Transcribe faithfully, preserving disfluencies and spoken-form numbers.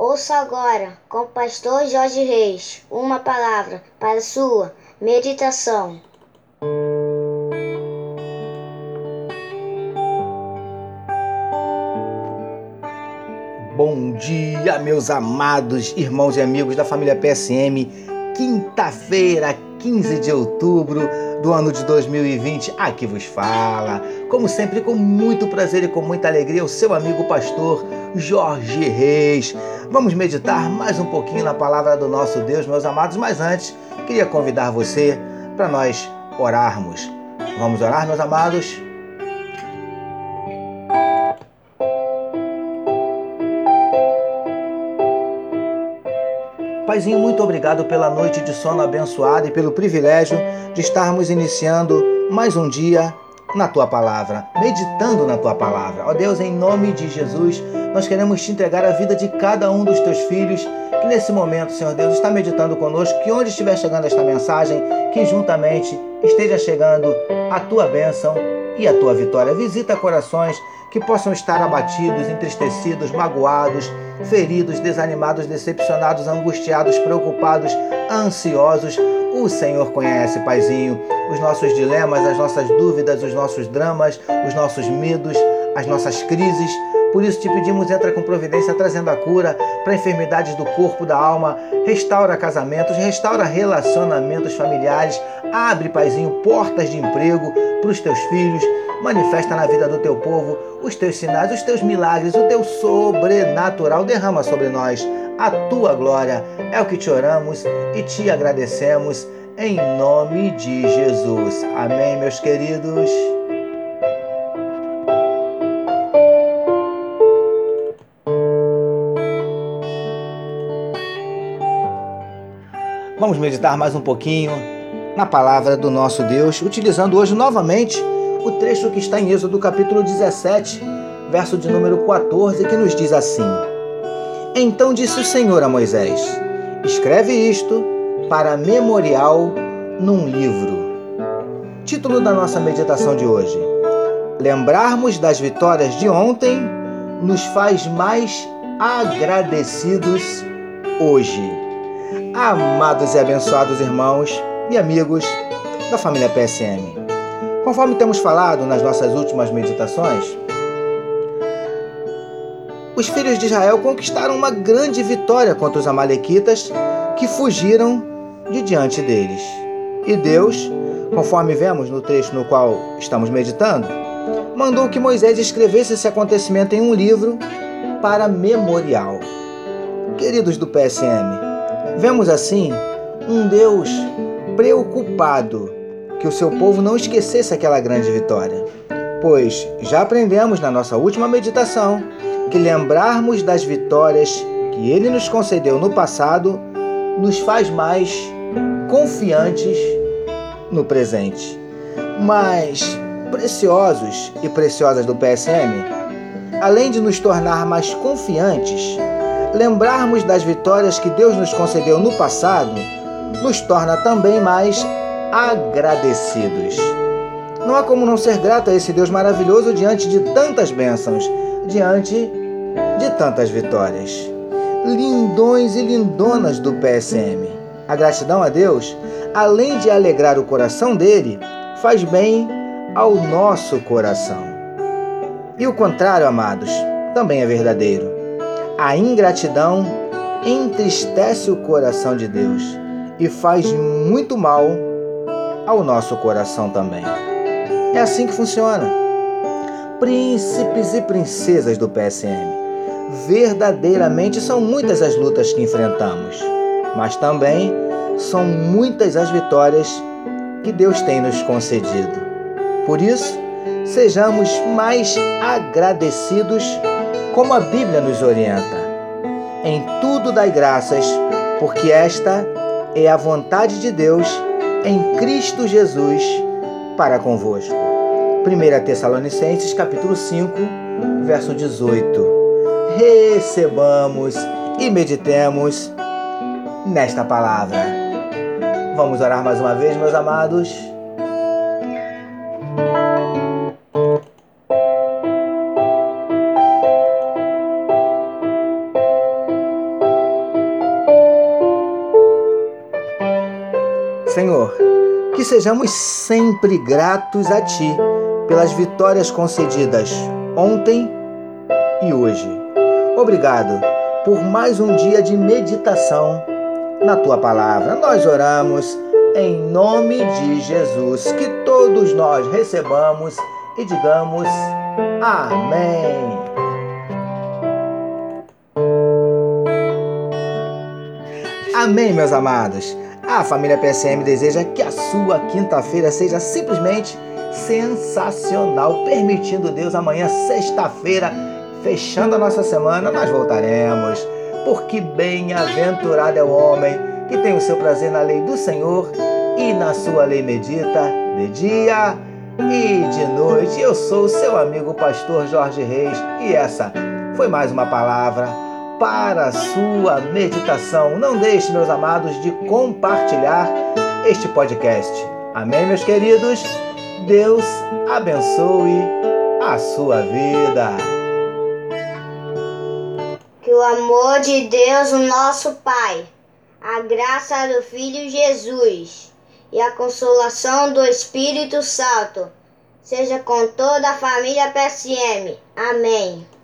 Ouça agora, com o pastor Jorge Reis, uma palavra para sua meditação. Bom dia, meus amados irmãos e amigos da família P S M. Quinta-feira, quinze de outubro do ano de dois mil e vinte, aqui vos fala, como sempre, com muito prazer e com muita alegria, o seu amigo pastor Jorge Reis. Vamos meditar mais um pouquinho na palavra do nosso Deus, meus amados, mas antes, queria convidar você para nós orarmos. Vamos orar, meus amados? Paizinho, muito obrigado pela noite de sono abençoada e pelo privilégio de estarmos iniciando mais um dia na Tua Palavra, meditando na Tua Palavra. Ó Deus, em nome de Jesus, nós queremos Te entregar a vida de cada um dos Teus filhos que nesse momento, Senhor Deus, está meditando conosco, que onde estiver chegando esta mensagem, que juntamente esteja chegando a Tua bênção e a Tua vitória. Visita corações que possam estar abatidos, entristecidos, magoados, feridos, desanimados, decepcionados, angustiados, preocupados, ansiosos. O Senhor conhece, Paizinho, os nossos dilemas, as nossas dúvidas, os nossos dramas, os nossos medos, as nossas crises. Por isso te pedimos, entra com providência, trazendo a cura para enfermidades do corpo, da alma, restaura casamentos, restaura relacionamentos familiares, abre, Paizinho, portas de emprego para os teus filhos, manifesta na vida do teu povo os teus sinais, os teus milagres, o teu sobrenatural, derrama sobre nós a tua glória. É o que te oramos e te agradecemos em nome de Jesus. Amém, meus queridos. Vamos meditar mais um pouquinho na palavra do nosso Deus, utilizando hoje novamente o trecho que está em Êxodo capítulo dezessete, verso de número quatorze, que nos diz assim: Então disse o Senhor a Moisés: Escreve isto para memorial num livro. Título da nossa meditação de hoje: Lembrarmos das vitórias de ontem nos faz mais agradecidos hoje. Amados e abençoados irmãos e amigos da família P S M, conforme temos falado nas nossas últimas meditações, os filhos de Israel conquistaram uma grande vitória contra os amalequitas que fugiram de diante deles. E Deus, conforme vemos no trecho no qual estamos meditando, mandou que Moisés escrevesse esse acontecimento em um livro para memorial. Queridos do P S M, vemos assim um Deus preocupado que o seu povo não esquecesse aquela grande vitória, pois já aprendemos na nossa última meditação que lembrarmos das vitórias que Ele nos concedeu no passado nos faz mais confiantes no presente. Mas, preciosos e preciosas do P S M, além de nos tornar mais confiantes, lembrarmos das vitórias que Deus nos concedeu no passado nos torna também mais agradecidos. Não há como não ser grato a esse Deus maravilhoso diante de tantas bênçãos, diante de tantas vitórias. Lindões e lindonas do P S M. A gratidão a Deus, além de alegrar o coração dele, faz bem ao nosso coração. E o contrário, amados, também é verdadeiro. A ingratidão entristece o coração de Deus e faz muito mal ao nosso coração também. É assim que funciona. Príncipes e princesas do P S M, verdadeiramente são muitas as lutas que enfrentamos, mas também são muitas as vitórias que Deus tem nos concedido. Por isso, sejamos mais agradecidos, como a Bíblia nos orienta. Em tudo dai graças, porque esta é a vontade de Deus em Cristo Jesus para convosco. primeira Tessalonicenses, capítulo cinco, verso dezoito. Recebamos e meditemos nesta palavra. Vamos orar mais uma vez, meus amados. Senhor, que sejamos sempre gratos a Ti pelas vitórias concedidas ontem e hoje. Obrigado por mais um dia de meditação na Tua Palavra. Nós oramos em nome de Jesus, que todos nós recebamos e digamos amém. Amém, meus amados. A família P S M deseja que a sua quinta-feira seja simplesmente sensacional. Permitindo Deus, amanhã, sexta-feira, fechando a nossa semana, nós voltaremos. Porque bem-aventurado é o homem que tem o seu prazer na lei do Senhor e na sua lei medita de dia e de noite. Eu sou o seu amigo pastor Jorge Reis e essa foi mais uma palavra para a sua meditação. Não deixe, meus amados, de compartilhar este podcast. Amém, meus queridos? Deus abençoe a sua vida. Que o amor de Deus, o nosso Pai, a graça do Filho Jesus e a consolação do Espírito Santo seja com toda a família P S M. Amém.